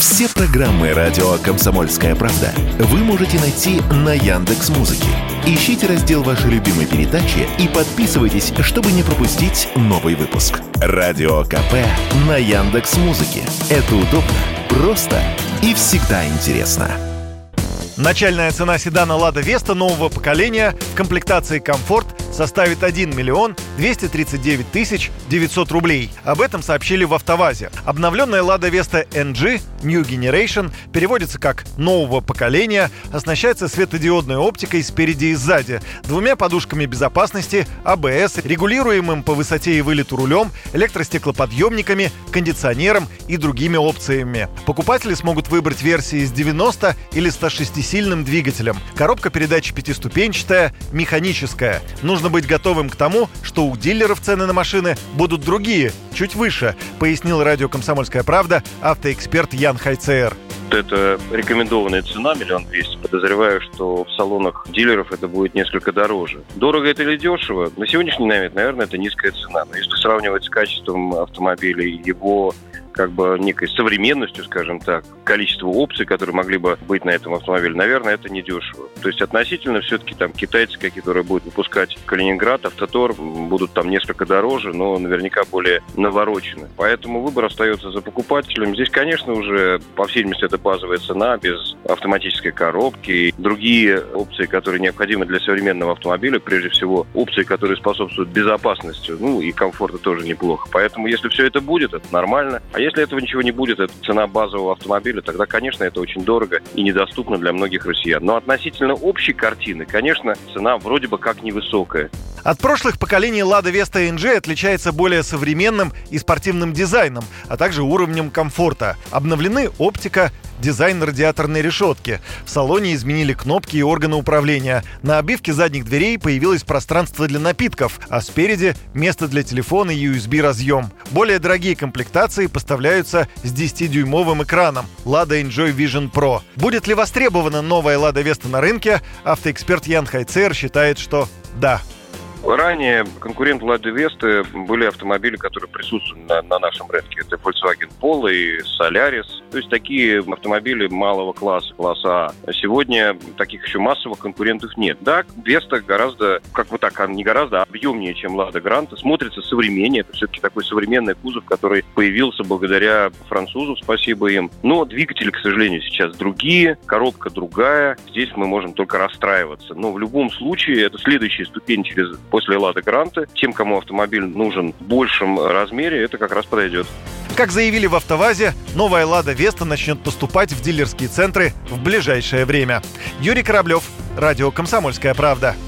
Все программы радио «Комсомольская правда» вы можете найти на Яндекс.Музыке. Ищите раздел вашей любимой передачи и подписывайтесь, чтобы не пропустить новый выпуск. Радио КП на Яндекс.Музыке. Это удобно, просто и всегда интересно. Начальная цена седана «Лада Веста» нового поколения в комплектации «Комфорт» составит 1 миллион 239 тысяч 900 рублей. Об этом сообщили в «АвтоВАЗе». Обновленная «Лада Веста NG» New Generation переводится как «нового поколения», оснащается светодиодной оптикой спереди и сзади, 2 подушками безопасности, АБС, регулируемым по высоте и вылету рулем, электростеклоподъемниками, кондиционером и другими опциями. Покупатели смогут выбрать версии с 90 или 106-сильным двигателем. Коробка передач 5-ступенчатая, механическая. Нужно быть готовым к тому, что у дилеров цены на машины будут другие, чуть выше, пояснил радио «Комсомольская правда» автоэксперт Ян Хайцер. Это рекомендованная цена 1 200 000. Подозреваю, что в салонах дилеров это будет несколько дороже. Дорого это или дешево? На сегодняшний момент, наверное, это низкая цена. Но если сравнивать с качеством автомобиля и его некой современностью, скажем так, количество опций, которые могли бы быть на этом автомобиле, наверное, это не дешево. То есть относительно все-таки там китайцы, которые будут выпускать Калининград, Автотор, будут там несколько дороже, но наверняка более наворочены. Поэтому выбор остается за покупателем. Здесь, конечно, уже, по всей видимости, это базовая цена, без автоматической коробки и другие опции, которые необходимы для современного автомобиля, прежде всего опции, которые способствуют безопасности, и комфорту тоже неплохо. Поэтому, если все это будет, это нормально. А если этого ничего не будет, это цена базового автомобиля, тогда, конечно, это очень дорого и недоступно для многих россиян. Но относительно общей картины, конечно, цена вроде бы как невысокая. От прошлых поколений «Лада Веста NG» отличается более современным и спортивным дизайном, а также уровнем комфорта. Обновлены оптика, дизайн радиаторной решетки. В салоне изменили кнопки и органы управления. На обивке задних дверей появилось пространство для напитков, а спереди место для телефона и USB-разъем. Более дорогие комплектации поставляются с 10-дюймовым экраном Lada Enjoy Vision Pro. Будет ли востребована новая «Лада Веста» на рынке? Автоэксперт Ян Хайцер считает, что да. Ранее конкурент Лады Весты были автомобили, которые присутствуют на нашем рынке. Это Volkswagen Polo и Solaris. То есть такие автомобили малого класса, класса А. Сегодня таких еще массовых конкурентов нет. Да, Веста гораздо, объемнее, чем Лада Гранта. Смотрится современнее. Это все-таки такой современный кузов, который появился благодаря французам, спасибо им. Но двигатели, к сожалению, сейчас другие, коробка другая. Здесь мы можем только расстраиваться. Но в любом случае это следующая ступень после Лады Гранты. Тем, кому автомобиль нужен в большем размере, это как раз подойдет. Как заявили в «АвтоВАЗе», новая «Лада Веста» начнет поступать в дилерские центры в ближайшее время. Юрий Кораблев, радио «Комсомольская правда».